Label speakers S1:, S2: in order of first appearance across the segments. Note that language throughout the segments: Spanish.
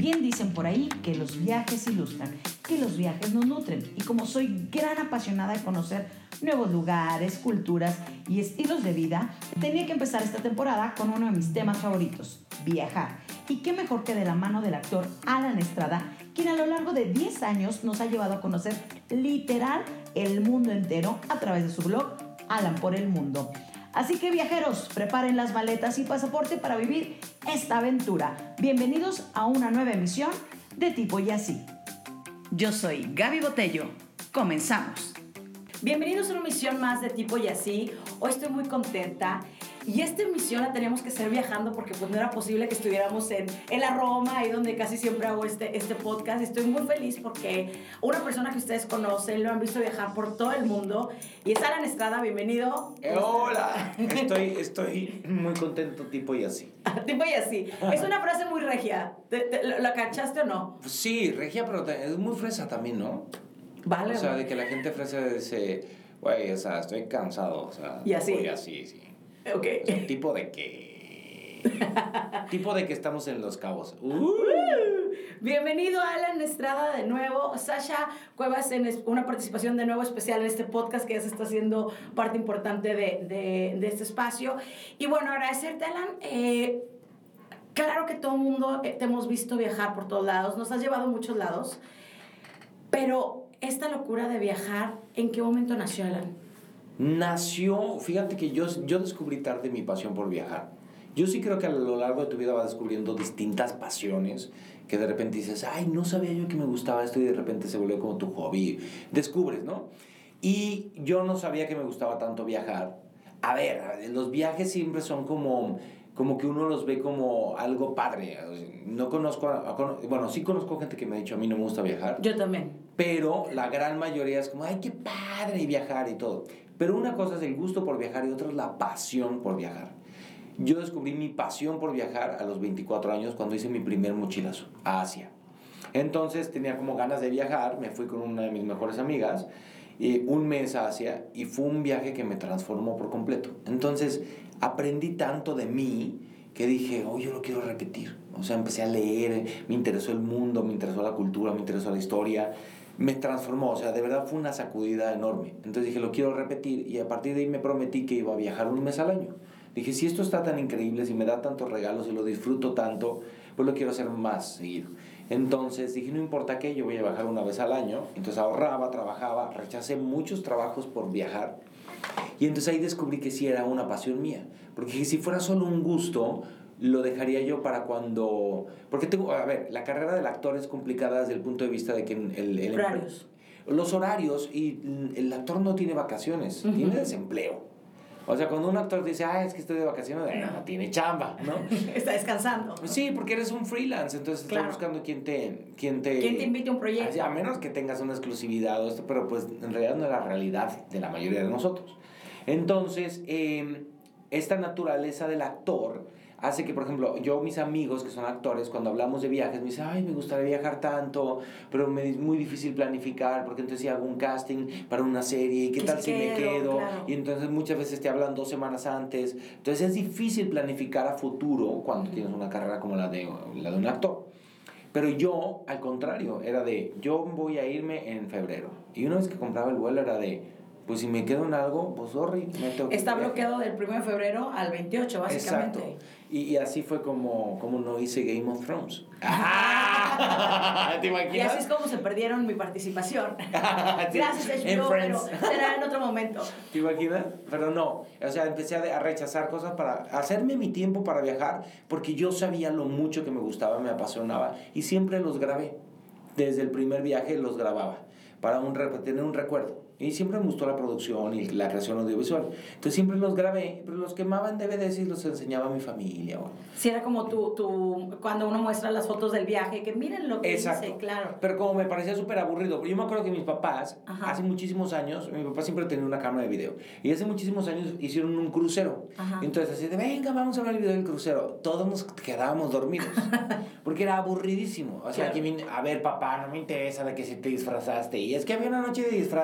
S1: Bien dicen por ahí que los viajes ilustran, que los viajes nos nutren. Y como soy gran apasionada de conocer nuevos lugares, culturas y estilos de vida, tenía que empezar esta temporada con uno de mis temas favoritos, viajar. Y qué mejor que de la mano del actor Alan Estrada, quien a lo largo de 10 años nos ha llevado a conocer literal el mundo entero a través de su blog Alan por el Mundo. Así que viajeros, preparen las maletas y pasaporte para vivir esta aventura. Bienvenidos a una nueva emisión de Tipo y Así. Yo soy Gaby Botello. Comenzamos. Bienvenidos a una emisión más de Tipo y Así. Hoy estoy muy contenta. Y esta emisión la teníamos que hacer viajando porque pues no era posible que estuviéramos en la Roma, ahí donde casi siempre hago este podcast. Estoy muy feliz porque una persona que ustedes conocen, lo han visto viajar por todo el mundo, y es Alan Estrada. Bienvenido.
S2: Hola, estoy muy contento, Tipo y Así.
S1: Tipo y Así. Es una frase muy regia. ¿La cachaste o no?
S2: Pues sí, regia, pero es muy fresa también, ¿no?
S1: Vale.
S2: O sea, de que la gente fresa dice, güey, o sea, estoy cansado, o sea.
S1: Y así.
S2: Y así, sí.
S1: Ok.
S2: O sea, tipo de que estamos en Los Cabos.
S1: Bienvenido Alan Estrada de nuevo. Sasha Cuevas en una participación de nuevo especial en este podcast que ya se está haciendo parte importante de este espacio. Y bueno, agradecerte, Alan. Claro que todo el mundo te hemos visto viajar por todos lados, nos has llevado a muchos lados, pero esta locura de viajar, ¿en qué momento nació, Alan?
S2: Nació, fíjate que yo descubrí tarde mi pasión por viajar. Yo sí creo que a lo largo de tu vida vas descubriendo distintas pasiones que de repente dices, ay, no sabía yo que me gustaba esto, y de repente se volvió como tu hobby. Descubres, ¿no? Y yo no sabía que me gustaba tanto viajar. A ver, los viajes siempre son como que uno los ve como algo padre. No conozco, bueno, sí conozco gente que me ha dicho, a mí no me gusta viajar.
S1: Yo también.
S2: Pero la gran mayoría es como, ay, qué padre viajar y todo. Pero una cosa es el gusto por viajar y otra es la pasión por viajar. Yo descubrí mi pasión por viajar a los 24 años cuando hice mi primer mochilazo a Asia. Entonces tenía como ganas de viajar, me fui con una de mis mejores amigas, un mes a Asia, y fue un viaje que me transformó por completo. Entonces aprendí tanto de mí que dije, oh, yo lo quiero repetir. O sea, empecé a leer, me interesó el mundo, me interesó la cultura, me interesó la historia. Me transformó, o sea, de verdad fue una sacudida enorme. Entonces dije, lo quiero repetir, y a partir de ahí me prometí que iba a viajar un mes al año. Dije, si esto está tan increíble, si me da tantos regalos y lo disfruto tanto, pues lo quiero hacer más seguido. Entonces dije, no importa qué, yo voy a viajar una vez al año. Entonces ahorraba, trabajaba, rechacé muchos trabajos por viajar. Y entonces ahí descubrí que sí era una pasión mía. Porque si fuera solo un gusto, lo dejaría yo para cuando... Porque a ver, la carrera del actor es complicada desde el punto de vista de que
S1: Horarios.
S2: Los horarios, y el actor no tiene vacaciones, tiene desempleo. O sea, cuando un actor dice, es que estoy de vacaciones, no tiene chamba, ¿no?
S1: Está descansando.
S2: Sí, porque eres un freelance, entonces
S1: claro.
S2: Estás buscando quién te
S1: invite a un proyecto.
S2: A menos que tengas una exclusividad o esto, pero pues en realidad no es la realidad de la mayoría de nosotros. Entonces, esta naturaleza del actor hace que, por ejemplo, mis amigos que son actores, cuando hablamos de viajes, me dicen, ay, me gustaría viajar tanto, pero me es muy difícil planificar, porque entonces si hago un casting para una serie, ¿y qué tal si me quedo? Claro. Y entonces muchas veces te hablan 2 semanas antes. Entonces es difícil planificar a futuro cuando tienes una carrera como la de un actor. Pero yo, al contrario, era de, yo voy a irme en febrero. Y una vez que compraba el vuelo era de, pues si me quedo en algo, pues sorry.
S1: Está bloqueado del 1 de febrero al 28, básicamente.
S2: Exacto. Y así fue como no hice Game of Thrones. ¿Te imaginas?
S1: Y así es como se perdieron mi participación. Gracias, HBO, pero será en otro momento.
S2: ¿Te imaginas? Pero no, o sea, empecé a rechazar cosas para hacerme mi tiempo para viajar, porque yo sabía lo mucho que me gustaba, me apasionaba, y siempre los grabé. Desde el primer viaje los grababa para tener un recuerdo. Y siempre me gustó la producción y la creación audiovisual. Entonces siempre los grabé, pero los quemaba en DVDs y los enseñaba a mi familia. Bueno.
S1: Sí, era como cuando uno muestra las fotos del viaje, que miren lo que
S2: Exacto.
S1: hice, claro.
S2: Pero como me parecía súper aburrido, yo me acuerdo que mis papás, hace muchísimos años, mi papá siempre tenía una cámara de video, y hace muchísimos años hicieron un crucero. Entonces así de, venga, vamos a ver el video del crucero. Todos nos quedábamos dormidos, porque era aburridísimo. O sea, claro. A ver, papá, no me interesa de que si te disfrazaste, y es que había una noche de disfraces, jaja.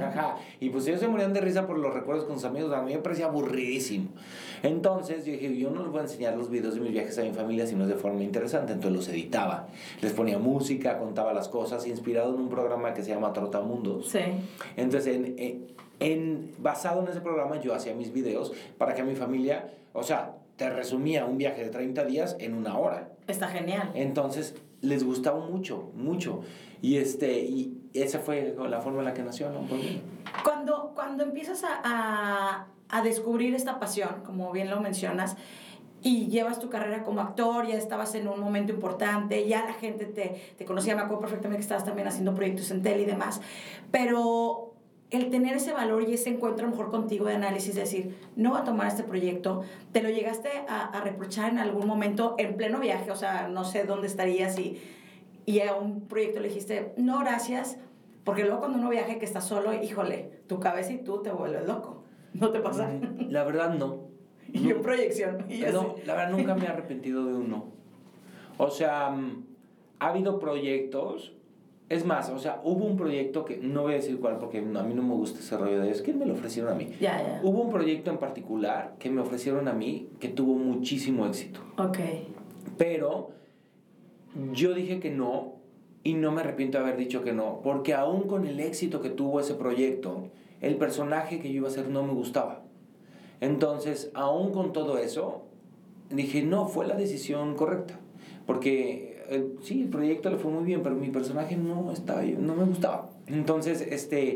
S2: ja. Y pues ellos se morían de risa por los recuerdos con sus amigos. A mí me parecía aburridísimo. Entonces yo dije, yo no les voy a enseñar los videos de mis viajes a mi familia si no es de forma interesante. Entonces los editaba. Les ponía música, contaba las cosas, inspirado en un programa que se llama Trotamundos.
S1: Sí.
S2: Entonces, basado en ese programa, yo hacía mis videos para que a mi familia, o sea, te resumía un viaje de 30 días en 1 hora.
S1: Está genial.
S2: Entonces, les gustaba mucho, mucho. Y esa fue la forma en la que nació, ¿no?
S1: Cuando empiezas a descubrir esta pasión, como bien lo mencionas, y llevas tu carrera como actor, ya estabas en un momento importante, ya la gente te conocía, me acuerdo perfectamente que estabas también haciendo proyectos en tele y demás, pero el tener ese valor y ese encuentro a lo mejor contigo de análisis, decir, no voy a tomar este proyecto, ¿te lo llegaste a reprochar en algún momento en pleno viaje? O sea, no sé dónde estarías y a un proyecto le dijiste, no, gracias, porque luego cuando uno viaja que está solo, híjole, tu cabeza y tú te vuelves loco, ¿no te pasa?
S2: La verdad, no.
S1: Y en proyección. Y
S2: no, la verdad, nunca me he arrepentido de un no. O sea, ha habido proyectos. Es más, o sea, hubo un proyecto que no voy a decir cuál porque a mí no me gusta ese rollo de es que me lo ofrecieron a mí.
S1: Ya.
S2: Hubo un proyecto en particular que me ofrecieron a mí que tuvo muchísimo éxito.
S1: Ok.
S2: Pero yo dije que no y no me arrepiento de haber dicho que no, porque aún con el éxito que tuvo ese proyecto, el personaje que yo iba a hacer no me gustaba. Entonces, aún con todo eso, dije, no, fue la decisión correcta. Porque sí, el proyecto le fue muy bien, pero mi personaje no me gustaba. Entonces,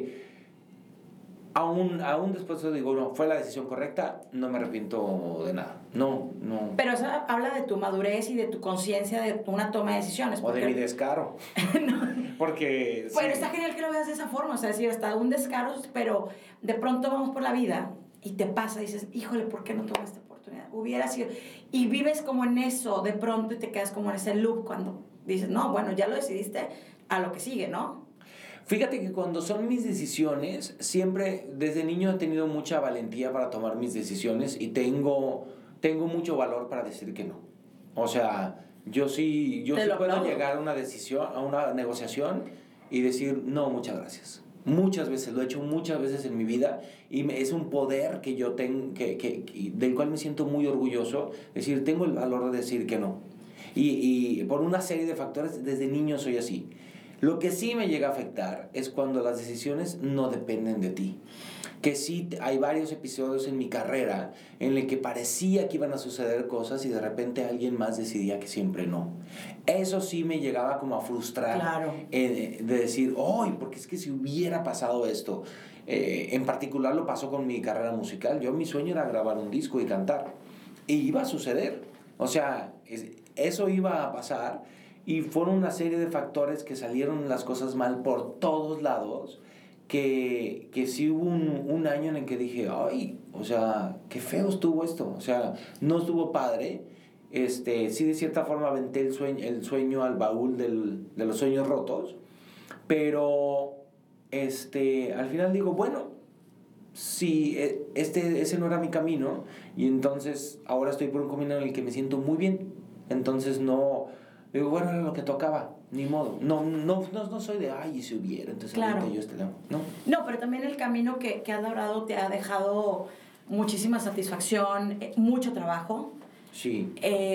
S2: aún después de digo, no, fue la decisión correcta, no me arrepiento de nada. No.
S1: Pero eso habla de tu madurez y de tu conciencia de una toma de decisiones.
S2: O de mi descaro.
S1: No.
S2: Porque...
S1: Bueno,
S2: sí.
S1: está genial que lo veas de esa forma, o sea, decir, hasta un descaro, pero de pronto vamos por la vida y te pasa, y dices, híjole, ¿por qué no tomé esta oportunidad? Hubiera sido... Y vives como en eso, de pronto, y te quedas como en ese loop cuando dices, no, bueno, ya lo decidiste, a lo que sigue, ¿no?
S2: Fíjate que cuando son mis decisiones, siempre desde niño he tenido mucha valentía para tomar mis decisiones y tengo mucho valor para decir que no. O sea, yo sí puedo llegar a una decisión, a una negociación y decir, no, muchas gracias. Muchas veces, lo he hecho muchas veces en mi vida y es un poder que yo tengo, del cual me siento muy orgulloso, es decir, tengo el valor de decir que no. Y por una serie de factores, desde niño soy así. Lo que sí me llega a afectar es cuando las decisiones no dependen de ti. Que sí hay varios episodios en mi carrera en el que parecía que iban a suceder cosas y de repente alguien más decidía que siempre no. Eso sí me llegaba como a frustrar.
S1: Claro.
S2: De decir, ¡ay! Porque es que si hubiera pasado esto. En particular lo pasó con mi carrera musical. Mi sueño era grabar un disco y cantar. Y iba a suceder. O sea, eso iba a pasar. Y fueron una serie de factores que salieron las cosas mal por todos lados. Que sí hubo un año en el que dije, ay, o sea, qué feo estuvo esto, o sea, no estuvo padre. Sí, de cierta forma aventé el sueño al baúl de los sueños rotos, pero al final digo, bueno, sí, ese no era mi camino, y entonces ahora estoy por un camino en el que me siento muy bien. Entonces no, digo, bueno, era lo que tocaba. Ni modo. No soy de, ay, y si hubiera, entonces
S1: claro.
S2: Yo no.
S1: No, pero también el camino que has logrado te ha dejado muchísima satisfacción, mucho trabajo.
S2: Sí.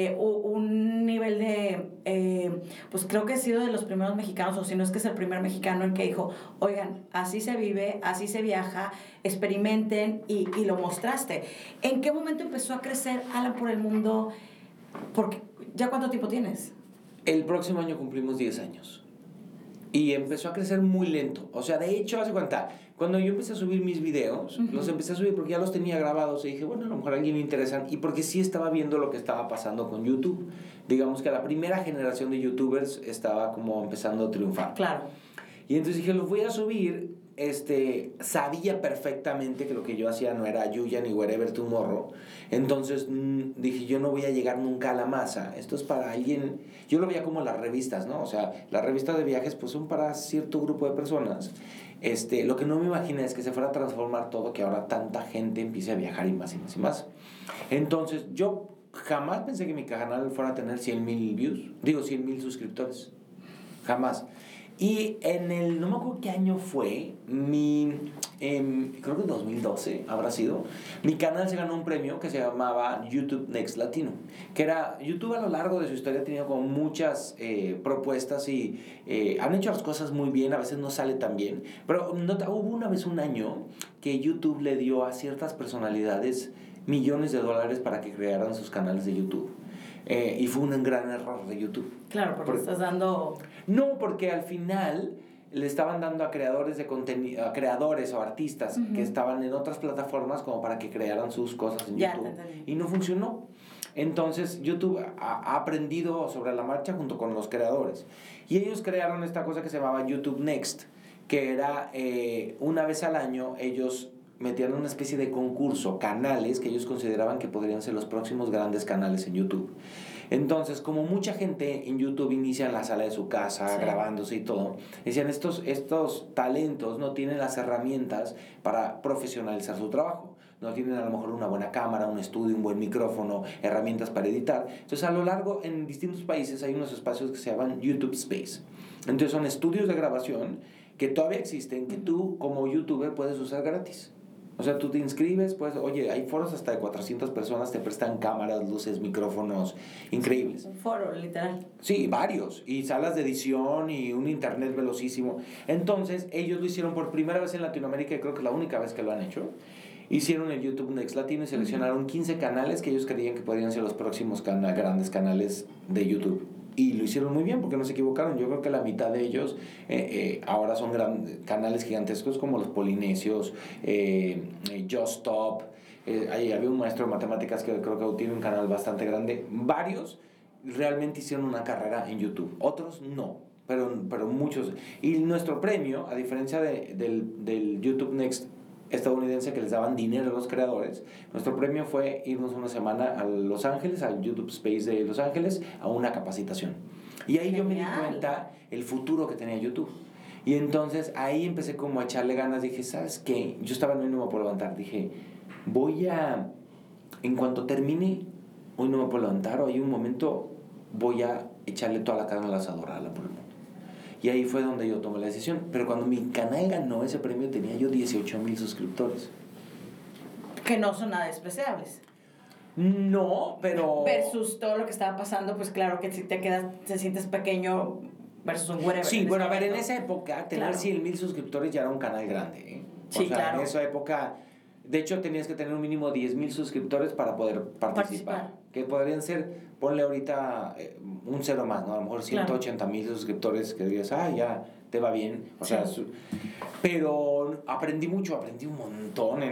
S1: Un nivel de... pues creo que he sido de los primeros mexicanos, o si no es que es el primer mexicano en que dijo, oigan, así se vive, así se viaja, experimenten, y lo mostraste. ¿En qué momento empezó a crecer Alan por el mundo? Porque, ¿ya cuánto tiempo tienes?
S2: El próximo año cumplimos 10 años. Y empezó a crecer muy lento. O sea, de hecho, hace cuenta, cuando yo empecé a subir mis videos, los empecé a subir porque ya los tenía grabados y dije, bueno, a lo mejor a alguien le interesan. Y porque sí estaba viendo lo que estaba pasando con YouTube. Digamos que la primera generación de YouTubers estaba como empezando a triunfar.
S1: Claro.
S2: Y entonces dije, los voy a subir. Sabía perfectamente que lo que yo hacía no era Yuya ni Wherever Tomorrow. Entonces dije, yo no voy a llegar nunca a la masa. Esto es para alguien. Yo lo veía como las revistas, ¿no? O sea, las revistas de viajes pues son para cierto grupo de personas. Lo que no me imaginé es que se fuera a transformar todo, que ahora tanta gente empiece a viajar y más y más y más. Entonces yo jamás pensé que mi canal fuera a tener 100,000 views. Digo, 100,000 suscriptores. Jamás. Y no me acuerdo qué año fue, creo que en 2012 habrá sido, mi canal se ganó un premio que se llamaba YouTube Next Latino, que era, YouTube a lo largo de su historia ha tenido como muchas propuestas y han hecho las cosas muy bien, a veces no sale tan bien, pero hubo una vez un año que YouTube le dio a ciertas personalidades millones de dólares para que crearan sus canales de YouTube. Y fue un gran error de YouTube.
S1: Claro, porque estás dando...
S2: No, porque al final le estaban dando a creadores de contenido, a creadores o artistas que estaban en otras plataformas como para que crearan sus cosas en YouTube. Y no funcionó. Entonces YouTube ha aprendido sobre la marcha junto con los creadores. Y ellos crearon esta cosa que se llamaba YouTube Next, que era una vez al año ellos metían una especie de concurso, canales que ellos consideraban que podrían ser los próximos grandes canales en YouTube. Entonces, como mucha gente en YouTube inicia en la sala de su casa, grabándose y todo, decían, estos talentos no tienen las herramientas para profesionalizar su trabajo. No tienen a lo mejor una buena cámara, un estudio, un buen micrófono, herramientas para editar. Entonces, a lo largo, en distintos países hay unos espacios que se llaman YouTube Space. Entonces, son estudios de grabación que todavía existen, que tú como YouTuber puedes usar gratis. O sea, tú te inscribes, pues, oye, hay foros hasta de 400 personas, te prestan cámaras, luces, micrófonos, increíbles.
S1: Un foro, literal.
S2: Sí, varios, y salas de edición y un internet velocísimo. Entonces, ellos lo hicieron por primera vez en Latinoamérica, y creo que es la única vez que lo han hecho. Hicieron el YouTube Next Latino y seleccionaron 15 canales que ellos creían que podrían ser los próximos grandes canales de YouTube. Y lo hicieron muy bien porque no se equivocaron. Yo creo que la mitad de ellos ahora son canales gigantescos como los Polinesios, Just Stop. Había un maestro de matemáticas que creo que tiene un canal bastante grande. Varios realmente hicieron una carrera en YouTube. Otros no, pero muchos. Y nuestro premio, a diferencia del YouTube Next estadounidense que les daban dinero a los creadores, nuestro premio fue irnos una semana a Los Ángeles, al YouTube Space de Los Ángeles, a una capacitación. Y ahí yo me di cuenta el futuro que tenía YouTube. Y entonces ahí empecé como a echarle ganas. Dije, ¿sabes qué? Yo estaba en hoy no me puedo levantar. Dije, en cuanto termine hoy no me puedo levantar, o hay un momento, voy a echarle toda la carne al asador a la pulmón. Y ahí fue donde yo tomé la decisión. Pero cuando mi canal ganó ese premio tenía yo 18,000 suscriptores.
S1: Que no son nada despreciables.
S2: No, pero...
S1: Versus todo lo que estaba pasando, pues claro que si te sientes pequeño versus un whatever.
S2: Sí, bueno, a ver, en esa época tener 100,000 suscriptores ya era un canal grande, ¿eh?
S1: Sí, claro.
S2: En esa época, de hecho, tenías que tener un mínimo de 10,000 suscriptores para poder participar. Que podrían ser, ponle ahorita un cero más, ¿no? A lo mejor 180,000 suscriptores que dirías, ya te va bien. O sea, pero aprendí un montón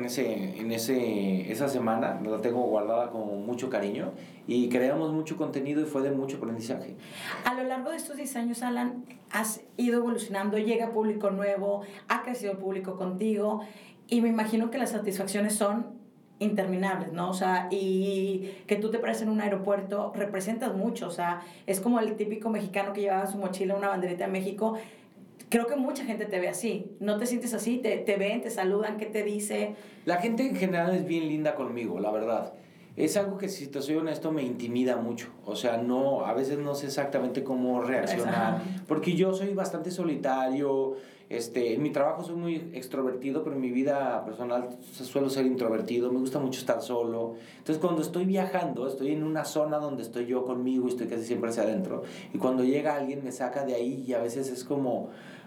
S2: esa semana. La tengo guardada con mucho cariño y creamos mucho contenido y fue de mucho aprendizaje.
S1: A lo largo de estos 10 años, Alan, has ido evolucionando, llega público nuevo, ha crecido el público contigo y me imagino que las satisfacciones son interminables, ¿no? O sea, y que tú te pares en un aeropuerto, representas mucho, o sea, es como el típico mexicano que llevaba su mochila, una banderita de México. Creo que mucha gente te ve así. ¿No te sientes así? ¿Te ven, te saludan? ¿Qué te dice?
S2: La gente en general es bien linda conmigo, la verdad. Es algo que, si te soy honesto, me intimida mucho. O sea, a veces no sé exactamente cómo reaccionar. Porque yo soy bastante solitario. En mi trabajo soy muy extrovertido, pero en mi vida personal suelo ser introvertido. Me gusta mucho estar solo. Entonces, cuando estoy viajando, estoy en una zona donde estoy yo conmigo y estoy casi siempre hacia adentro. Y cuando llega alguien me saca de ahí y a veces es como...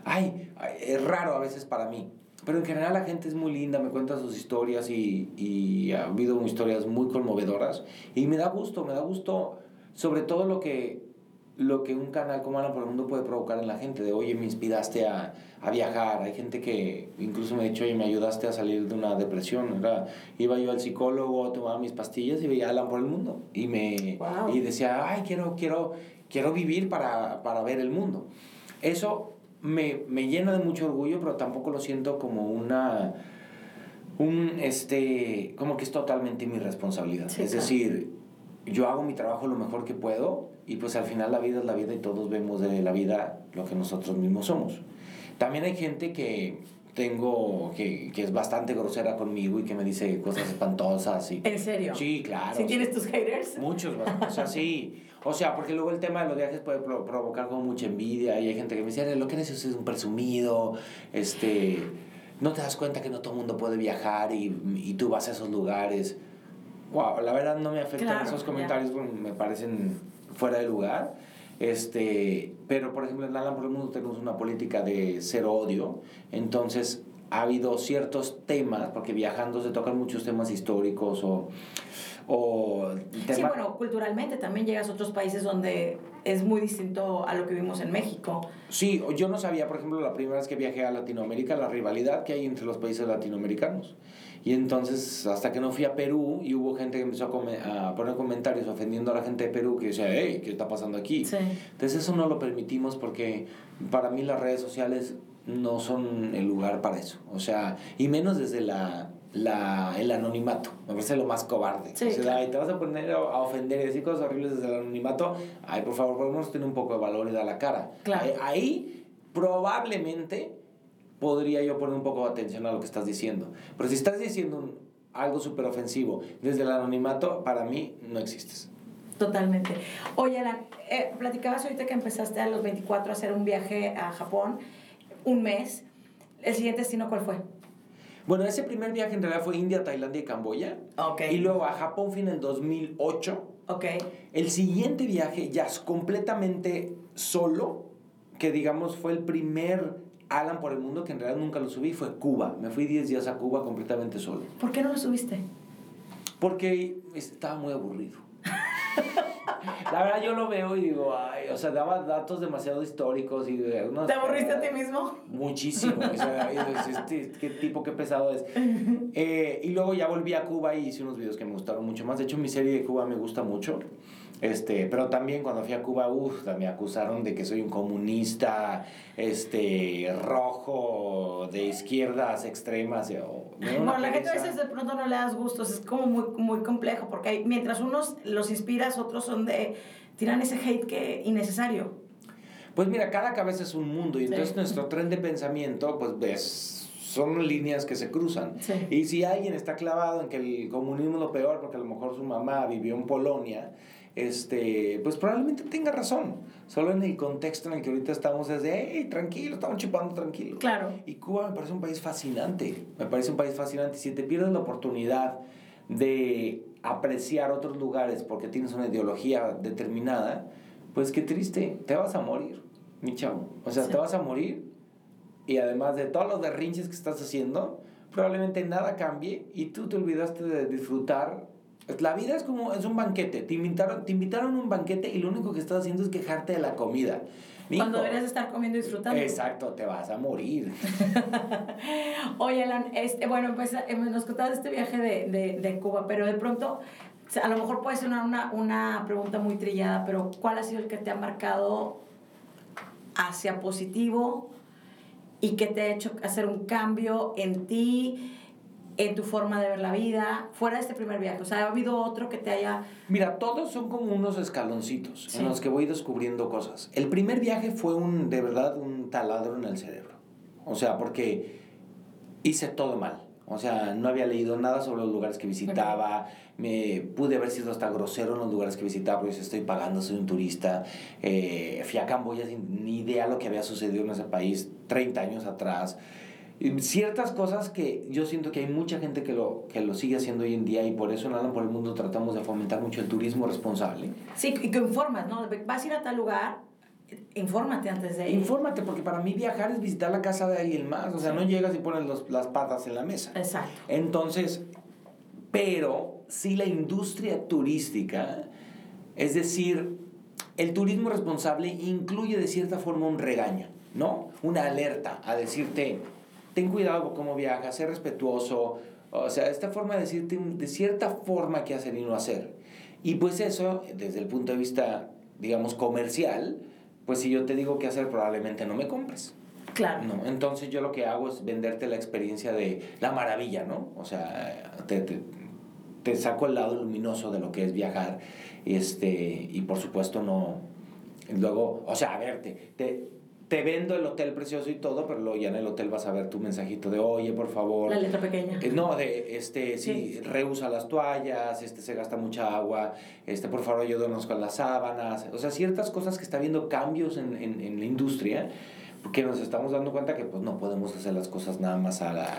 S2: es raro a veces para mí. Pero en general la gente es muy linda, me cuenta sus historias y ha habido historias muy conmovedoras. Y me da gusto sobre todo lo que un canal como Alan por el Mundo puede provocar en la gente. De, oye, me inspiraste a viajar. Hay gente que incluso me ha dicho, oye, me ayudaste a salir de una depresión. Iba yo al psicólogo, tomaba mis pastillas y veía Alan por el Mundo. Y decía, quiero vivir para ver el mundo. Eso... Me llena de mucho orgullo, pero tampoco lo siento como como que es totalmente mi responsabilidad. Sí, es decir, yo hago mi trabajo lo mejor que puedo y pues al final la vida es la vida y todos vemos de la vida lo que nosotros mismos somos. También hay gente que tengo que es bastante grosera conmigo y que me dice cosas espantosas. Y,
S1: ¿en serio?
S2: Sí, claro.
S1: ¿Sí tienes tus haters?
S2: Muchos, o sea, sí. O sea, porque luego el tema de los viajes puede provocar como mucha envidia y hay gente que me dice, lo que eres es un presumido, no te das cuenta que no todo el mundo puede viajar y tú vas a esos lugares. Wow, la verdad no me afectan esos comentarios, me parecen fuera de lugar. Pero por ejemplo en Alan por el Mundo tenemos una política de cero odio, entonces ha habido ciertos temas, porque viajando se tocan muchos temas históricos
S1: Sí, bueno, culturalmente también llegas a otros países donde es muy distinto a lo que vimos en México.
S2: Sí, yo no sabía, por ejemplo, la primera vez que viajé a Latinoamérica, la rivalidad que hay entre los países latinoamericanos. Y entonces, hasta que no fui a Perú, y hubo gente que empezó a poner comentarios ofendiendo a la gente de Perú, que decía, hey, ¿qué está pasando aquí?
S1: Sí.
S2: Entonces eso no lo permitimos porque para mí las redes sociales no son el lugar para eso. O sea, y menos desde el anonimato. Me parece lo más cobarde.
S1: Sí,
S2: o sea,
S1: claro.
S2: ay, te vas a poner a ofender y decir cosas horribles desde el anonimato. Ay, por favor, por lo menos tener un poco de valor y dar la cara.
S1: Claro.
S2: Ahí probablemente podría yo poner un poco de atención a lo que estás diciendo. Pero si estás diciendo algo súper ofensivo desde el anonimato, para mí no existes.
S1: Totalmente. Oye, Alan, platicabas ahorita que empezaste a los 24 a hacer un viaje a Japón, un mes. ¿El siguiente destino cuál fue?
S2: Bueno, ese primer viaje en realidad fue India, Tailandia y Camboya.
S1: Okay.
S2: Y luego a Japón fui en el 2008.
S1: Okay.
S2: El siguiente viaje ya es completamente solo, que digamos fue el primer Alan por el Mundo, que en realidad nunca lo subí, fue Cuba. Me fui 10 días a Cuba completamente solo.
S1: ¿Por qué no lo subiste?
S2: Porque estaba muy aburrido. La verdad yo lo veo y digo, ay, o sea, daba datos demasiado históricos y
S1: ¿Te aburriste a ti mismo?
S2: Muchísimo, o sea, qué tipo, qué pesado es. Y luego ya volví a Cuba y hice unos videos que me gustaron mucho más. De hecho, mi serie de Cuba me gusta mucho. Pero también cuando fui a Cuba, me acusaron de que soy un comunista, rojo, de izquierdas extremas.
S1: Bueno, la gente a veces de pronto no le das gustos, es como muy, muy complejo, porque mientras unos los inspiras, otros tiran ese hate que innecesario.
S2: Pues mira, cada cabeza es un mundo y entonces
S1: Sí.
S2: nuestro tren de pensamiento, pues son líneas que se cruzan.
S1: Sí.
S2: Y si alguien está clavado en que el comunismo es lo peor, porque a lo mejor su mamá vivió en Polonia, pues probablemente tenga razón. Solo en el contexto en el que ahorita estamos es de, hey, tranquilo, estamos chupando tranquilo.
S1: Claro.
S2: Y Cuba me parece un país fascinante. Me parece un país fascinante. Si te pierdes la oportunidad de apreciar otros lugares porque tienes una ideología determinada, pues qué triste, te vas a morir, mi chavo. O sea,
S1: Sí.
S2: te vas a morir y además de todos los berrinches que estás haciendo, probablemente nada cambie y tú te olvidaste de disfrutar. La vida es un banquete. Te invitaron a un banquete y lo único que estás haciendo es quejarte de la comida.
S1: Cuando deberías estar comiendo y disfrutando.
S2: Exacto, te vas a morir.
S1: Oye, Alan, bueno, pues nos contabas este viaje de Cuba, pero de pronto, a lo mejor puede ser una pregunta muy trillada, pero ¿cuál ha sido el que te ha marcado hacia positivo y que te ha hecho hacer un cambio en ti, en tu forma de ver la vida, fuera de este primer viaje? O sea, ¿ha habido otro que te haya...?
S2: Mira, todos son como unos escaloncitos,
S1: Sí.
S2: en los que voy descubriendo cosas. El primer viaje fue de verdad un taladro en el cerebro. O sea, porque hice todo mal. O sea, no había leído nada sobre los lugares que visitaba. Me pude haber sido hasta grosero en los lugares que visitaba, porque estoy pagando, soy un turista. Fui a Camboya sin ni idea lo que había sucedido en ese país 30 años atrás. Ciertas cosas que yo siento que hay mucha gente que lo sigue haciendo hoy en día, y por eso en Alan por el Mundo tratamos de fomentar mucho el turismo responsable.
S1: Sí, y que informas, ¿no? Vas a ir a tal lugar, infórmate antes de ir.
S2: Infórmate, porque para mí viajar es visitar la casa de alguien más. O sea,
S1: Sí.
S2: no llegas y pones las patas en la mesa.
S1: Exacto.
S2: Entonces, pero sí la industria turística, es decir, el turismo responsable incluye de cierta forma un regaño, ¿no? Una alerta a decirte, ten cuidado con cómo viajas, sé respetuoso. O sea, esta forma de decirte de cierta forma qué hacer y no hacer. Y pues eso, desde el punto de vista, digamos, comercial, pues si yo te digo qué hacer, probablemente no me compres.
S1: Claro.
S2: No, entonces yo lo que hago es venderte la experiencia de la maravilla, ¿no? O sea, te saco el lado luminoso de lo que es viajar, y por supuesto no. Luego, o sea, a ver, te vendo el hotel precioso y todo, pero luego ya en el hotel vas a ver tu mensajito de, oye, por favor.
S1: La letra pequeña.
S2: No, sí, reusa las toallas, se gasta mucha agua, por favor ayúdanos con las sábanas. O sea, ciertas cosas que está habiendo cambios en la industria, porque nos estamos dando cuenta que pues no podemos hacer las cosas nada más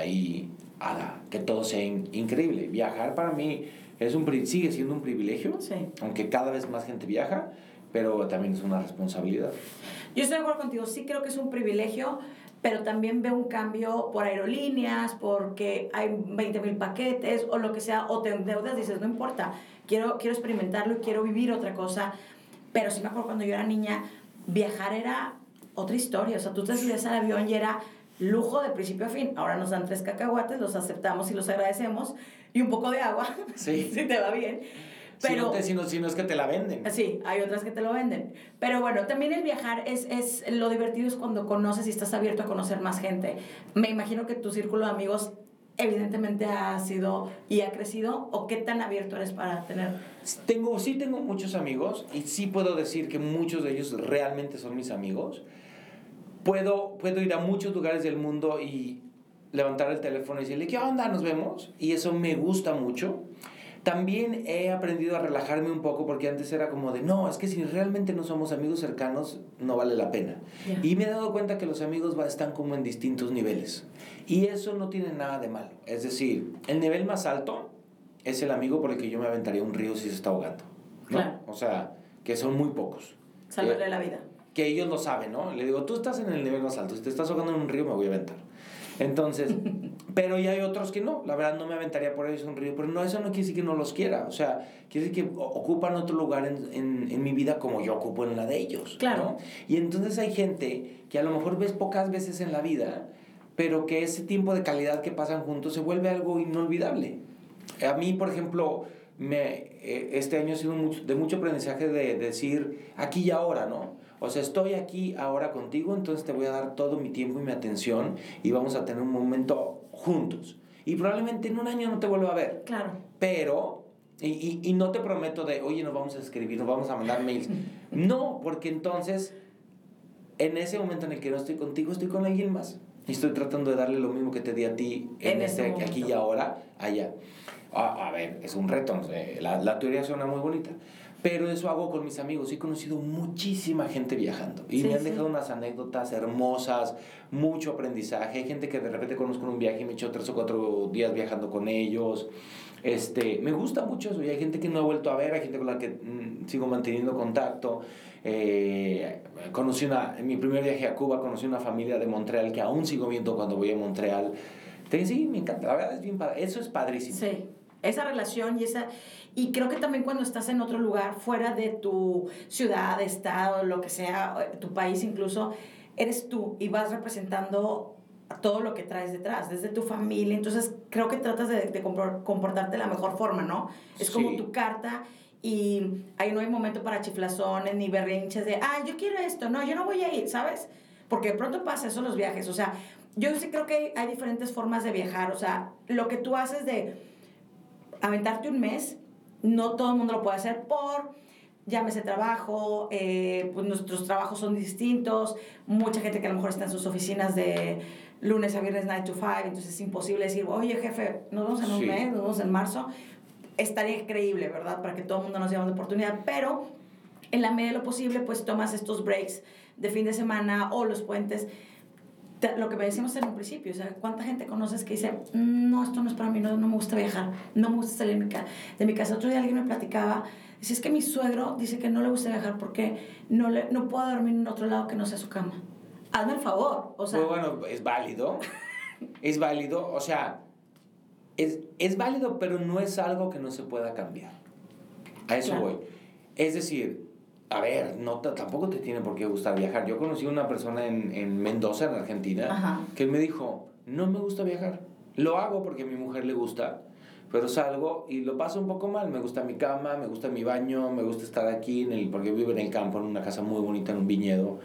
S2: que todo sea increíble. Viajar para mí sigue siendo un privilegio,
S1: sí,
S2: aunque cada vez más gente viaja, pero también es una responsabilidad.
S1: Yo estoy de acuerdo contigo, sí creo que es un privilegio, pero también veo un cambio por aerolíneas, porque hay 20,000 paquetes o lo que sea, o te endeudas, dices, no importa, quiero experimentarlo y quiero vivir otra cosa. Pero sí me acuerdo cuando yo era niña, viajar era otra historia. O sea, tú te subías al avión y era lujo de principio a fin. Ahora nos dan 3 cacahuates, los aceptamos y los agradecemos, y un poco de agua,
S2: sí.
S1: si te va bien. Pero,
S2: si no es que te la venden.
S1: Sí, hay otras que te lo venden. Pero bueno, también el viajar lo divertido es cuando conoces y estás abierto a conocer más gente. Me imagino que tu círculo de amigos evidentemente ha sido y ha crecido. ¿O qué tan abierto eres para tener?
S2: Tengo muchos amigos y sí puedo decir que muchos de ellos realmente son mis amigos. Puedo ir a muchos lugares del mundo y levantar el teléfono y decirle, ¿qué onda? Nos vemos. Y eso me gusta mucho. También he aprendido a relajarme un poco, porque antes era como de, no, es que si realmente no somos amigos cercanos, no vale la pena.
S1: Yeah.
S2: Y me he dado cuenta que los amigos están como en distintos niveles. Y eso no tiene nada de malo. Es decir, el nivel más alto es el amigo por el que yo me aventaría un río si se está ahogando, ¿no?
S1: Claro.
S2: O sea, que son muy pocos.
S1: Salvarle la vida.
S2: Que ellos lo saben, ¿no? Le digo, tú estás en el nivel más alto. Si te estás ahogando en un río, me voy a aventar. Entonces, pero ya hay otros que no, la verdad no me aventaría por ellos un río, pero no, eso no quiere decir que no los quiera, o sea, quiere decir que ocupan otro lugar en mi vida como yo ocupo en la de ellos,
S1: claro,
S2: ¿no? Y entonces hay gente que a lo mejor ves pocas veces en la vida, pero que ese tiempo de calidad que pasan juntos se vuelve algo inolvidable. A mí, por ejemplo, este año ha sido de mucho aprendizaje de decir aquí y ahora, ¿no? O sea, estoy aquí ahora contigo, entonces te voy a dar todo mi tiempo y mi atención y vamos a tener un momento juntos. Y probablemente en un año no te vuelva a ver.
S1: Claro.
S2: Pero, y no te prometo de, oye, nos vamos a escribir, nos vamos a mandar mails. No, porque entonces, en ese momento en el que no estoy contigo, estoy con alguien más. Y estoy tratando de darle lo mismo que te di a ti en aquí y ahora, allá. A ver, es un reto, no sé, la teoría suena muy bonita. Pero eso hago con mis amigos. He conocido muchísima gente viajando. Y me han dejado unas anécdotas hermosas, mucho aprendizaje. Hay gente que de repente conozco en un viaje y me echo 3 o 4 días viajando con ellos. Me gusta mucho eso. Y hay gente que no he vuelto a ver, hay gente con la que sigo manteniendo contacto. En mi primer viaje a Cuba conocí una familia de Montreal que aún sigo viendo cuando voy a Montreal. Sí, me encanta. La verdad es bien padre. Eso es padrísimo.
S1: Sí. Esa relación y creo que también cuando estás en otro lugar, fuera de tu ciudad, estado, lo que sea, tu país incluso, eres tú y vas representando todo lo que traes detrás, desde tu familia. Entonces creo que tratas de comportarte de la mejor forma, ¿no? Es como tu carta y ahí no hay momento para chiflazones ni berrinches de, yo quiero esto, no, yo no voy a ir, ¿sabes? Porque de pronto pasa eso en los viajes. O sea, yo sí creo que hay diferentes formas de viajar. O sea, lo que tú haces de aventarte un mes, no todo el mundo lo puede hacer llámese trabajo, pues nuestros trabajos son distintos, mucha gente que a lo mejor está en sus oficinas de lunes a viernes 9 to 5, entonces es imposible decir, oye jefe, nos vemos en un mes, nos vemos en marzo. Estaría increíble, ¿verdad? Para que todo el mundo nos lleve de oportunidad, pero en la medida de lo posible, pues tomas estos breaks de fin de semana o los puentes. Lo que me decíamos en un principio, o sea, ¿cuánta gente conoces que dice, no, esto no es para mí, no me gusta viajar, no me gusta salir de mi casa? Otro día alguien me platicaba, dice, es que mi suegro dice que no le gusta viajar porque no puedo dormir en otro lado que no sea su cama. Hazme el favor, o sea...
S2: Pues bueno, es válido, o sea, es válido, pero no es algo que no se pueda cambiar. A eso voy. Es decir, a ver, tampoco te tiene por qué gustar viajar. Yo conocí a una persona en Mendoza, en Argentina, que me dijo, no me gusta viajar. Lo hago porque a mi mujer le gusta, pero salgo y lo paso un poco mal. Me gusta mi cama, me gusta mi baño, me gusta estar aquí, porque vivo en el campo, en una casa muy bonita, en un viñedo.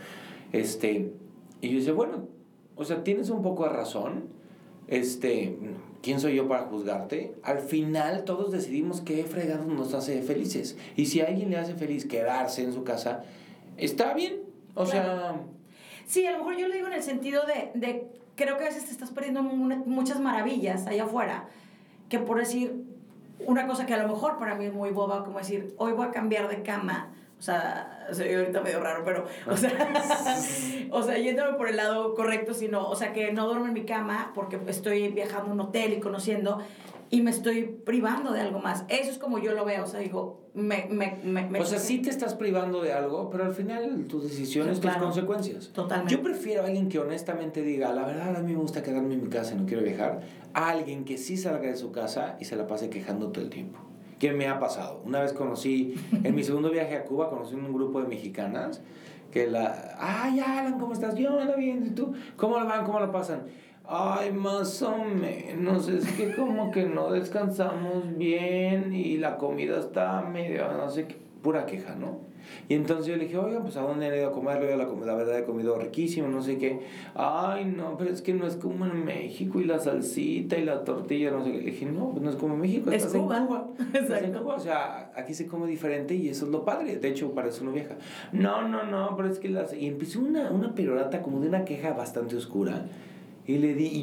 S2: Y yo decía, bueno, o sea, tienes un poco de razón. ¿Quién soy yo para juzgarte? Al final todos decidimos qué fregados nos hace felices. Y si a alguien le hace feliz quedarse en su casa, está bien. O sea...
S1: Sí, a lo mejor yo lo digo en el sentido de creo que a veces te estás perdiendo muchas maravillas allá afuera, que por decir una cosa que a lo mejor para mí es muy boba, como decir, hoy voy a cambiar de cama. O sea, soy ahorita medio raro, pero, o sea, yéndome por el lado correcto, sino, o sea, que no duermo en mi cama porque estoy viajando a un hotel y conociendo y me estoy privando de algo más. Eso es como yo lo veo, o sea, digo,
S2: o sea, sí te estás privando de algo, pero al final tus decisiones,
S1: sí, claro,
S2: tus consecuencias.
S1: Totalmente.
S2: Yo prefiero a alguien que honestamente diga, la verdad a mí me gusta quedarme en mi casa y no quiero viajar, a alguien que sí salga de su casa y se la pase quejando todo el tiempo. ¿Qué me ha pasado? Una vez conocí, en mi segundo viaje a Cuba, conocí un grupo de mexicanas que ay, Alan, ¿cómo estás? Yo ando bien, ¿y tú? ¿Cómo lo van? ¿Cómo lo pasan? Ay, más o menos, es que como que no descansamos bien y la comida está medio, no sé qué, pura queja, ¿no? Y entonces yo le dije, oigan, pues ¿a dónde han ido a comer? La verdad he comido riquísimo, no sé qué. Ay, no, pero es que no es como en México y la salsita y la tortilla, no sé qué. Le dije, no, pues no es como en México,
S1: es
S2: estás
S1: Cuba.
S2: En Cuba.
S1: Exacto.
S2: Estás en Cuba, o sea, aquí se come diferente y eso es lo padre. De hecho, para eso uno viaja. No, pero es que Y empezó una perorata como de una queja bastante oscura. Y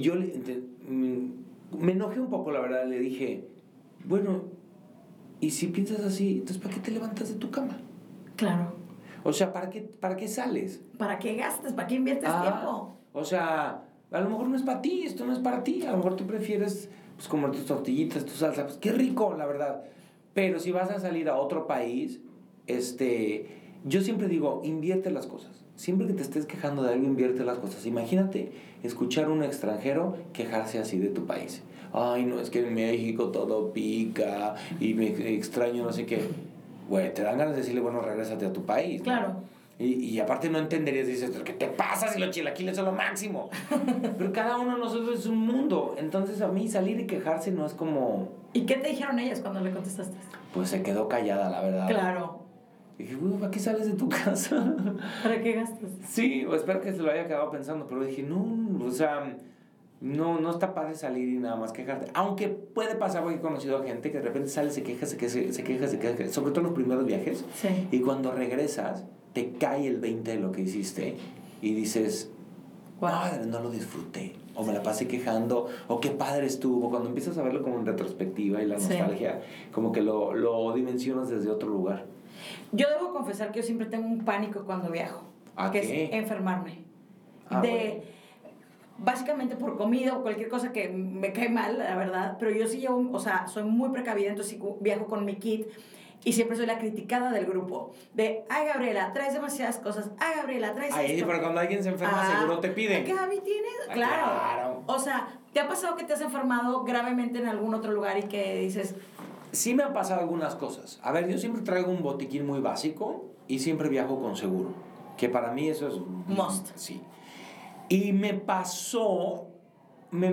S2: me enojé un poco, la verdad, le dije, bueno, y si piensas así, entonces ¿para qué te levantas de tu cama?
S1: Claro.
S2: O sea, ¿para qué sales?
S1: ¿Para qué gastas? ¿Para qué inviertes tiempo?
S2: O sea, a lo mejor no es para ti, esto no es para ti, a lo mejor tú prefieres pues comer tus tortillitas, tu salsa, pues qué rico, la verdad. Pero si vas a salir a otro país, yo siempre digo, invierte las cosas. Siempre que te estés quejando de algo, invierte las cosas. Imagínate escuchar a un extranjero quejarse así de tu país. Ay, no, es que en México todo pica y me extraño no sé qué. Güey, te dan ganas de decirle, bueno, regrésate a tu país, ¿no?
S1: Claro.
S2: Y aparte no entenderías, dices, ¿qué te pasa si los chilaquiles son lo máximo? Pero cada uno de nosotros es un mundo. Entonces a mí salir y quejarse no es como...
S1: ¿Y qué te dijeron ellas cuando le contestaste?
S2: Pues se quedó callada, la verdad.
S1: Claro.
S2: Y dije, güey, ¿para qué sales de tu casa?
S1: ¿Para qué gastas?
S2: Sí, o espero que se lo haya quedado pensando, pero dije, no, o sea, no está padre salir y nada más quejarte. Aunque puede pasar, porque he conocido a gente que de repente sale, se queja, sobre todo en los primeros viajes.
S1: Sí.
S2: Y cuando regresas, te cae el 20 de lo que hiciste y dices, madre, no lo disfruté, o me la pasé quejando, o qué padre estuvo. Cuando empiezas a verlo como en retrospectiva y la nostalgia, como que lo dimensionas desde otro lugar.
S1: Yo debo confesar que yo siempre tengo un pánico cuando viajo.
S2: ¿A
S1: que
S2: qué?
S1: Es enfermarme.
S2: Bueno.
S1: Básicamente por comida o cualquier cosa que me cae mal, la verdad. Pero yo sí llevo, o sea, soy muy precavida, entonces sí viajo con mi kit. Y siempre soy la criticada del grupo. Ay, Gabriela, traes demasiadas cosas. Ay, Gabriela, traes esto.
S2: Pero cuando alguien se enferma, seguro te piden.
S1: Gaby, ¿tienes? Claro. O sea, ¿te ha pasado que te has enfermado gravemente en algún otro lugar y que dices...
S2: Sí me han pasado algunas cosas. A ver, yo siempre traigo un botiquín muy básico y siempre viajo con seguro. Que para mí eso es...
S1: Must.
S2: Sí. Y me pasó... Me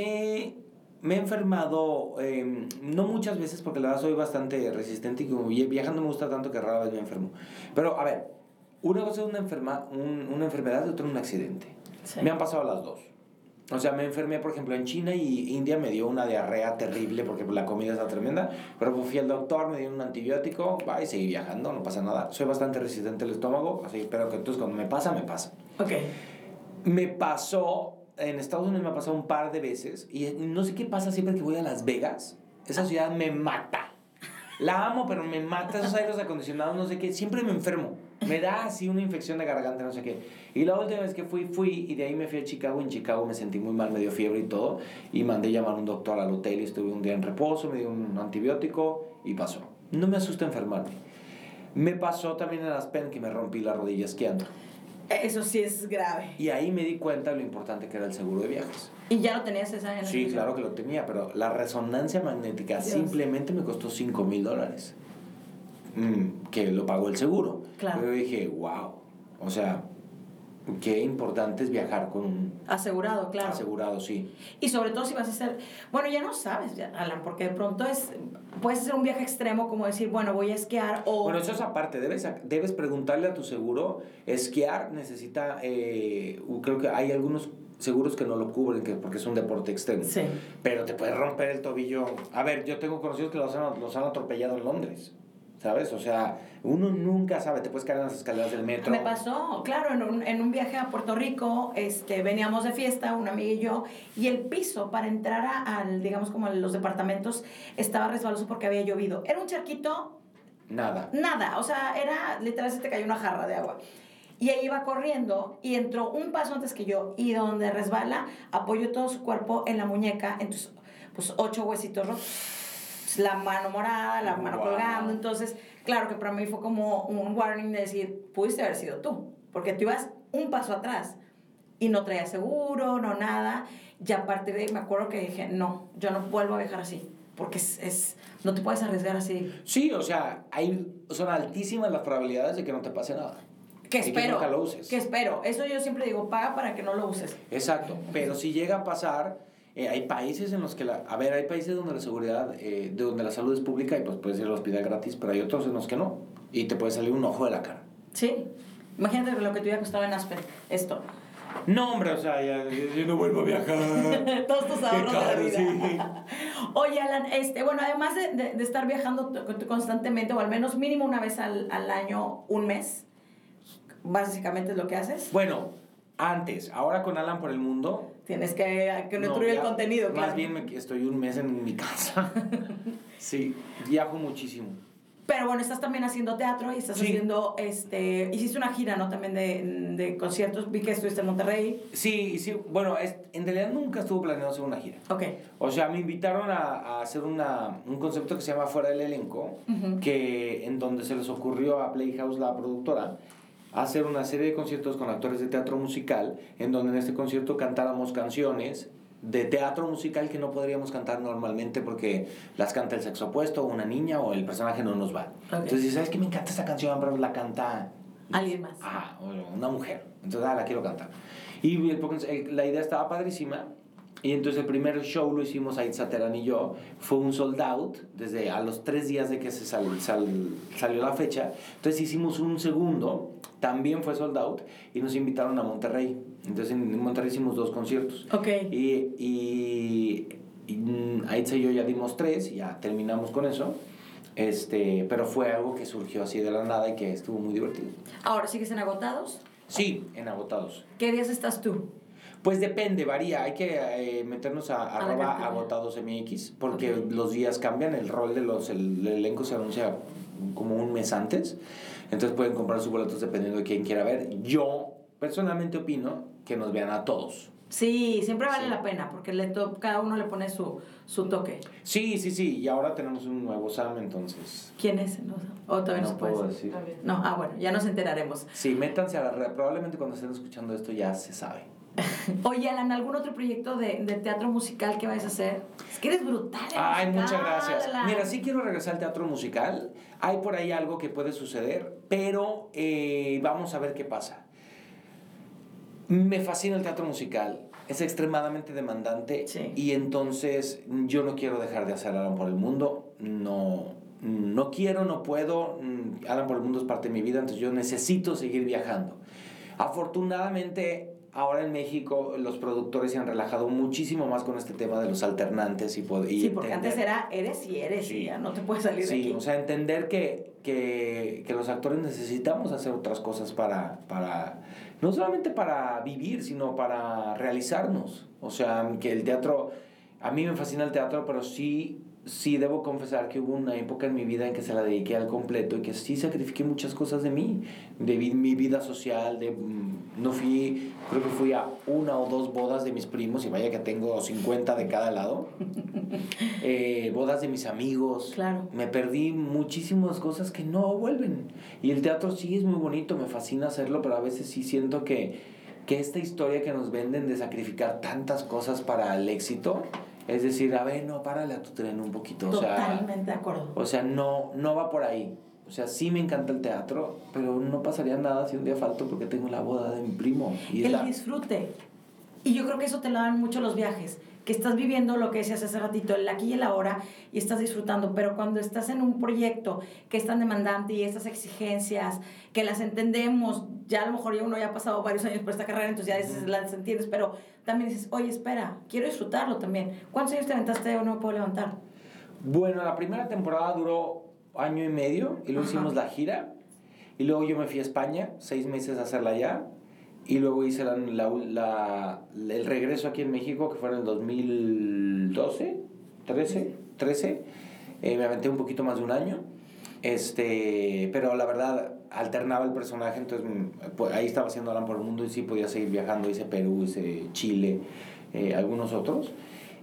S2: he enfermado, no muchas veces, porque la verdad soy bastante resistente y como viajando me gusta tanto que rara vez me enfermo. Pero, a ver, una cosa es una enfermedad y otra un accidente. Sí. Me han pasado las dos. O sea, me enfermé, por ejemplo, en China y India me dio una diarrea terrible porque la comida está tremenda. Pero fui al doctor, me dio un antibiótico, y seguí viajando, no pasa nada. Soy bastante resistente al estómago, así espero que entonces cuando me pasa, me pasa.
S1: Ok.
S2: Me pasó... En Estados Unidos me ha pasado un par de veces y no sé qué pasa siempre que voy a Las Vegas. Esa ciudad me mata. La amo, pero me mata esos aires acondicionados, no sé qué. Siempre me enfermo. Me da así una infección de garganta, no sé qué. Y la última vez que fui y de ahí me fui a Chicago. En Chicago me sentí muy mal, me dio fiebre y todo. Y mandé llamar a un doctor al hotel y estuve un día en reposo, me dio un antibiótico y pasó. No me asusta enfermarme. Me pasó también en Aspen que me rompí la rodilla esquiando.
S1: Eso sí es grave.
S2: Y ahí me di cuenta de lo importante que era el seguro de viajes.
S1: ¿Y ya lo tenías esa año?
S2: Sí, claro que lo tenía, pero la resonancia magnética simplemente me costó $5,000. Que lo pagó el seguro.
S1: Claro.
S2: Pero yo dije, wow. O sea, qué importante es viajar con un...
S1: Asegurado, claro.
S2: Asegurado, sí.
S1: Y sobre todo si vas a hacer... Bueno, ya no sabes, Alan, porque de pronto puedes hacer un viaje extremo como decir, bueno, voy a esquiar o...
S2: Bueno, eso es aparte. Debes preguntarle a tu seguro. Esquiar necesita... creo que hay algunos seguros que no lo cubren porque es un deporte extremo.
S1: Sí.
S2: Pero te puedes romper el tobillo. A ver, yo tengo conocidos que los han atropellado en Londres. ¿sabes? O sea, uno nunca sabe, te puedes caer en las escaleras del metro.
S1: Me pasó, claro, en un viaje a Puerto Rico, veníamos de fiesta, una amiga y yo, y el piso para entrar digamos, como a los departamentos, estaba resbaloso porque había llovido. Era un charquito.
S2: Nada,
S1: o sea, literal se te cayó una jarra de agua. Y ella iba corriendo y entró un paso antes que yo, y donde resbala, apoyó todo su cuerpo en la muñeca, entonces, pues 8 huesitos rotos. La mano morada, la mano colgando. Entonces, claro que para mí fue como un warning de decir, pudiste haber sido tú, porque tú ibas un paso atrás y no traías seguro, no nada. Y a partir de ahí me acuerdo que dije, no, yo no vuelvo a viajar así, porque no te puedes arriesgar así.
S2: Sí, o sea, son altísimas las probabilidades de que no te pase nada.
S1: Que espero.
S2: Que nunca lo uses.
S1: Que espero. Eso yo siempre digo, paga para que no lo uses.
S2: Exacto, pero si llega a pasar, hay países en los que hay países donde la seguridad, donde la salud es pública y pues puedes ir al hospital gratis, pero hay otros en los que no, y te puede salir un ojo de la cara.
S1: Sí. Imagínate lo que te hubiera costado en Aspen, esto.
S2: No, hombre, o sea, yo no vuelvo a viajar.
S1: Todos tus ahorros de la vida.
S2: Sí.
S1: Oye, Alan, bueno, además de estar viajando constantemente, o al menos mínimo una vez al año, un mes, básicamente es lo que haces.
S2: Bueno, antes, ahora con Alan por el Mundo...
S1: Tienes que nutrir el contenido, claro.
S2: Más bien estoy un mes en mi casa. Sí, viajo muchísimo.
S1: Pero bueno, estás también haciendo teatro y estás haciendo, hiciste una gira, ¿no? También de conciertos, vi que estuviste en Monterrey.
S2: Sí, bueno, en realidad nunca estuvo planeado hacer una gira.
S1: Ok.
S2: O sea, me invitaron a hacer un concepto que se llama Fuera del Elenco, en donde se les ocurrió a Playhouse, la productora, hacer una serie de conciertos con actores de teatro musical, en donde en este concierto cantáramos canciones de teatro musical que no podríamos cantar normalmente porque las canta el sexo opuesto, una niña, o el personaje no nos va. Okay. Entonces, ¿sabes qué? Me encanta esta canción, pero la canta...
S1: alguien más.
S2: Una mujer. Entonces, la quiero cantar. Y la idea estaba padrísima. Y entonces el primer show lo hicimos Aitza Terán y yo. Fue un sold out desde a los 3 días de que se salió la fecha. Entonces hicimos un segundo, también fue sold out, y nos invitaron a Monterrey. Entonces en Monterrey hicimos 2 conciertos.
S1: Okay.
S2: Y Aitza y yo ya dimos 3 y ya terminamos con eso. Pero fue algo que surgió así de la nada y que estuvo muy divertido.
S1: ¿Ahora sigues en Agotados?
S2: Sí, en Agotados.
S1: ¿Qué días estás tú?
S2: Pues depende, varía. Hay que meternos a @agotadosmx porque los días cambian. El rol el elenco se anuncia como un mes antes. Entonces pueden comprar sus boletos dependiendo de quién quiera ver. Yo personalmente opino que nos vean a todos.
S1: Sí, siempre vale la pena porque cada uno le pone su toque.
S2: Sí. Y ahora tenemos un nuevo Sam, entonces.
S1: ¿Quién es? ¿O todavía no se puede
S2: decir?
S1: No, bueno, ya nos enteraremos.
S2: Sí, métanse a la red. Probablemente cuando estén escuchando esto ya se sabe.
S1: Oye, Alan, ¿algún otro proyecto de teatro musical que vayas a hacer? Es que eres brutal.
S2: Ay, muchas gracias.
S1: Alan.
S2: Mira, sí quiero regresar al teatro musical. Hay por ahí algo que puede suceder, pero vamos a ver qué pasa. Me fascina el teatro musical. Es extremadamente demandante.
S1: Sí.
S2: Y entonces yo no quiero dejar de hacer Alan por el Mundo. No quiero, no puedo. Alan por el Mundo es parte de mi vida, entonces yo necesito seguir viajando. Afortunadamente, ahora en México los productores se han relajado muchísimo más con este tema de los alternantes y
S1: sí, porque antes era eres y eres, sí. Y ya no te puedes salir de aquí.
S2: Sí, o sea, entender que los actores necesitamos hacer otras cosas para no solamente para vivir, sino para realizarnos. O sea, que el teatro, a mí me fascina el teatro, pero sí debo confesar que hubo una época en mi vida en que se la dediqué al completo y que sí sacrifiqué muchas cosas de mí, de mi vida social, creo que fui a 1 o 2 bodas de mis primos, y vaya que tengo 50 de cada lado, bodas de mis amigos,
S1: claro.
S2: Me perdí muchísimas cosas que no vuelven, y el teatro sí es muy bonito, me fascina hacerlo, pero a veces sí siento que esta historia que nos venden de sacrificar tantas cosas para el éxito, es decir, a ver, no, párale a tu tren un poquito.
S1: Totalmente de acuerdo.
S2: O sea, no va por ahí. O sea, sí me encanta el teatro, pero no pasaría nada si un día falto porque tengo la boda de mi primo. Y
S1: el disfrute. Y yo creo que eso te lo dan mucho los viajes. Que estás viviendo lo que decías hace ratito, el aquí y el ahora, y estás disfrutando. Pero cuando estás en un proyecto que es tan demandante y estas exigencias, que las entendemos, ya a lo mejor uno ya ha pasado varios años por esta carrera, entonces ya las entiendes, pero también dices, oye, espera, quiero disfrutarlo también. ¿Cuántos años te aventaste o no me puedo levantar?
S2: Bueno, la primera temporada duró año y medio y luego hicimos la gira y luego yo me fui a España 6 meses a hacerla allá y luego hice el regreso aquí en México que fue en el 2012, 13. Me aventé un poquito más de un año, pero la verdad alternaba el personaje, entonces pues, ahí estaba haciendo Alan por el mundo y sí podía seguir viajando, hice Perú, hice Chile, algunos otros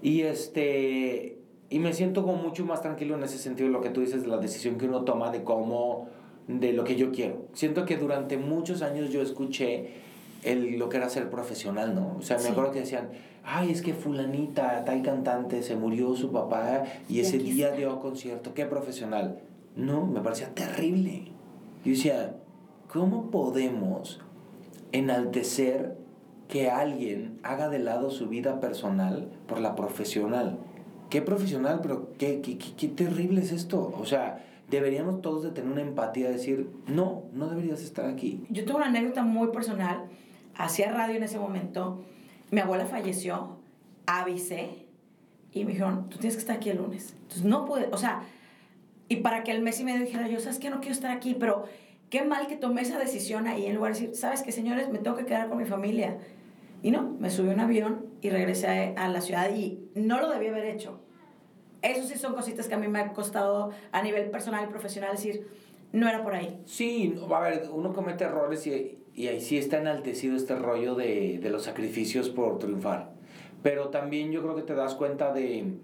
S2: y me siento como mucho más tranquilo en ese sentido de lo que tú dices, de la decisión que uno toma de lo que yo quiero. Siento que durante muchos años yo escuché lo que era ser profesional, ¿no? O sea, me acuerdo que decían, ay, es que fulanita, tal cantante, se murió su papá y ese día dio concierto, qué profesional. No, me parecía terrible. Yo decía, ¿cómo podemos enaltecer que alguien haga de lado su vida personal por la profesional? ¿Qué profesional? Pero qué terrible es esto. O sea, deberíamos todos de tener una empatía, de decir, no deberías estar aquí.
S1: Yo tengo una anécdota muy personal. Hacía radio en ese momento. Mi abuela falleció. Avisé. Y me dijeron, tú tienes que estar aquí el lunes. Entonces no pude, o sea, y para que el mes y medio dijera yo, ¿sabes qué? No quiero estar aquí, pero qué mal que tomé esa decisión ahí en lugar de decir, ¿sabes qué, señores? Me tengo que quedar con mi familia. Y no, me subí a un avión y regresé a la ciudad y no lo debí haber hecho. Eso sí son cositas que a mí me ha costado a nivel personal y profesional decir, no era por ahí.
S2: Sí, a ver, uno comete errores y ahí sí está enaltecido este rollo de los sacrificios por triunfar. Pero también yo creo que te das cuenta de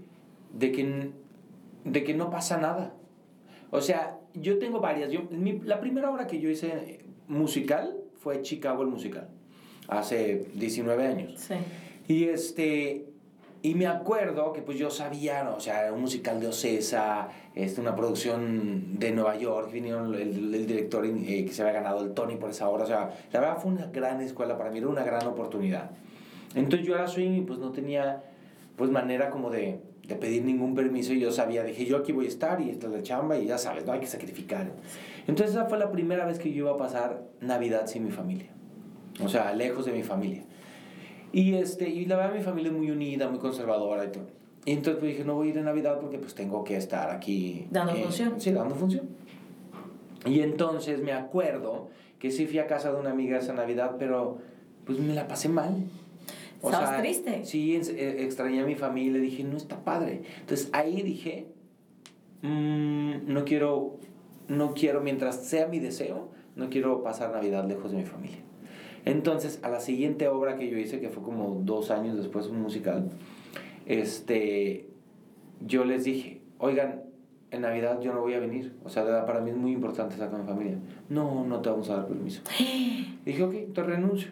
S2: que no pasa nada. O sea, yo tengo varias. La primera obra que yo hice musical fue Chicago el musical, hace 19 años.
S1: Sí.
S2: Y me acuerdo que pues yo sabía, ¿no? O sea, un musical de Ocesa, una producción de Nueva York, vinieron el director que se había ganado el Tony por esa obra. O sea, la verdad fue una gran escuela para mí, era una gran oportunidad. Entonces yo era swing y pues no tenía pues manera como de pedir ningún permiso y yo sabía, dije, yo aquí voy a estar y esta es la chamba y ya sabes, no hay que sacrificar. Entonces esa fue la primera vez que yo iba a pasar Navidad sin mi familia, o sea, lejos de mi familia. Y la verdad mi familia es muy unida, muy conservadora y todo. Y entonces pues dije, no voy a ir en Navidad porque pues tengo que estar aquí.
S1: ¿Dando función?
S2: Sí, dando función. Y entonces me acuerdo que sí fui a casa de una amiga esa Navidad, pero pues me la pasé mal.
S1: ¿Estabas triste?
S2: Sí, extrañé a mi familia, dije, no está padre. Entonces ahí dije, no quiero, mientras sea mi deseo, no quiero pasar Navidad lejos de mi familia. Entonces, a la siguiente obra que yo hice, que fue como 2 años después, un musical, yo les dije, oigan, en Navidad yo no voy a venir. O sea, para mí es muy importante estar con mi familia. No te vamos a dar permiso. Dije, ok, te renuncio.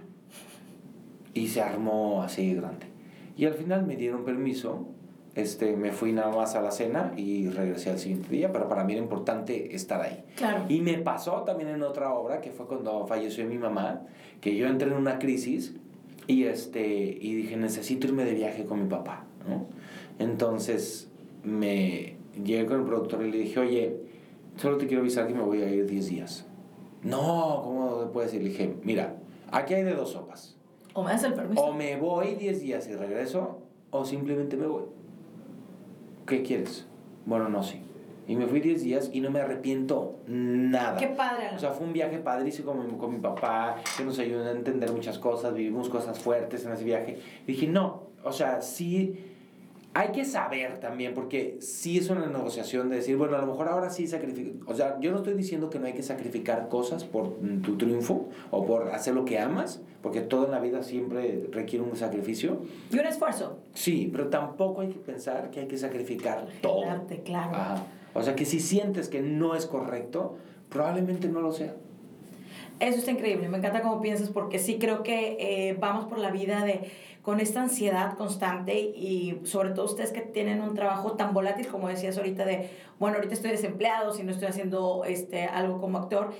S2: Y se armó así grande. Y al final me dieron permiso. Me fui nada más a la cena y regresé al siguiente día, pero para mí era importante estar ahí.
S1: Claro.
S2: Y me pasó también en otra obra, que fue cuando falleció mi mamá, que yo entré en una crisis y dije, necesito irme de viaje con mi papá, ¿no? Entonces me llegué con el productor y le dije, oye, solo te quiero avisar que me voy a ir 10 días. No, ¿cómo puedes decir? Le dije, mira, aquí hay de 2 sopas.
S1: O me das el permiso.
S2: O me voy 10 días y regreso, o simplemente me voy. ¿Qué quieres? Bueno, no, sí. Y me fui 10 días y no me arrepiento nada.
S1: ¡Qué padre!
S2: O sea, fue un viaje padrísimo con mi papá, que nos ayudó a entender muchas cosas, vivimos cosas fuertes en ese viaje. Y dije, no, o sea, sí, hay que saber también, porque sí es una negociación de decir, bueno, a lo mejor ahora sí sacrifico. O sea, yo no estoy diciendo que no hay que sacrificar cosas por tu triunfo o por hacer lo que amas, porque todo en la vida siempre requiere un sacrificio.
S1: Y un esfuerzo.
S2: Sí, pero tampoco hay que pensar que hay que sacrificar todo.
S1: Claro.
S2: Ajá. O sea, que si sientes que no es correcto, probablemente no lo sea.
S1: Eso está increíble, me encanta cómo piensas, porque sí creo que vamos por la vida con esta ansiedad constante y sobre todo ustedes que tienen un trabajo tan volátil como decías ahorita bueno, ahorita estoy desempleado, si no estoy haciendo algo como actor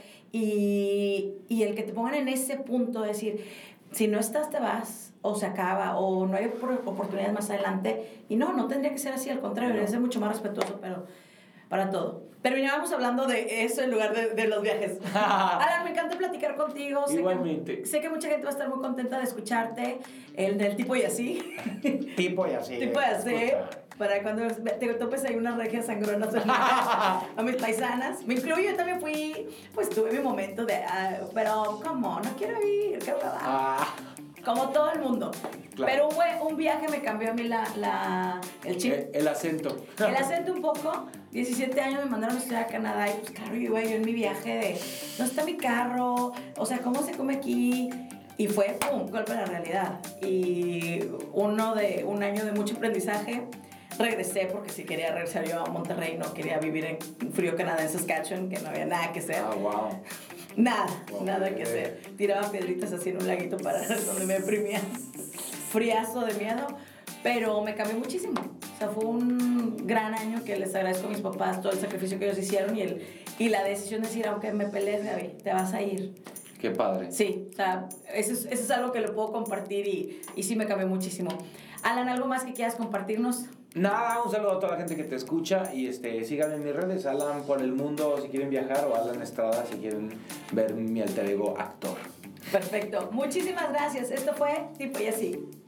S1: y el que te pongan en ese punto de decir, si no estás te vas o se acaba o no hay oportunidades más adelante y no tendría que ser así, al contrario, debería ser mucho más respetuoso, pero para todo. Terminábamos hablando de eso en lugar de los viajes. Alan, me encanta platicar contigo.
S2: Igualmente.
S1: Sé que mucha gente va a estar muy contenta de escucharte. El del tipo y así.
S2: Tipo y así.
S1: Tipo y así.
S3: para cuando te topes ahí unas regias sangronas a mis paisanas. Me incluyo, yo también fui, pues tuve mi momento de, pero ¿cómo? No quiero ir, qué hueva. Como todo el mundo. Claro. Pero un viaje me cambió a mí el chip.
S2: El acento.
S3: El acento un poco. 17 años me mandaron a estudiar a Canadá y pues claro, yo en mi viaje de, ¿dónde está mi carro? O sea, ¿cómo se come aquí? Y fue, pum, golpe a la realidad. Y un año de mucho aprendizaje. Regresé porque si quería regresar yo a Monterrey, no quería vivir en frío Canadá, en Saskatchewan, que no había nada que hacer.
S2: Wow.
S3: Nada que hacer. Tiraba piedritas así en un laguito para donde me deprimía. Friazo de miedo, pero me cambió muchísimo. O sea, fue un gran año que les agradezco a mis papás todo el sacrificio que ellos hicieron y la decisión de decir, aunque me pelees, Gaby, te vas a ir.
S2: Qué padre.
S3: Sí, o sea, eso es algo que lo puedo compartir y sí me cambió muchísimo. Alan, ¿algo más que quieras compartirnos?
S2: Nada, un saludo a toda la gente que te escucha y síganme en mis redes, Alan por el mundo si quieren viajar o Alan Estrada si quieren ver mi alter ego actor.
S3: Perfecto, muchísimas gracias. Esto fue Tipo y Así.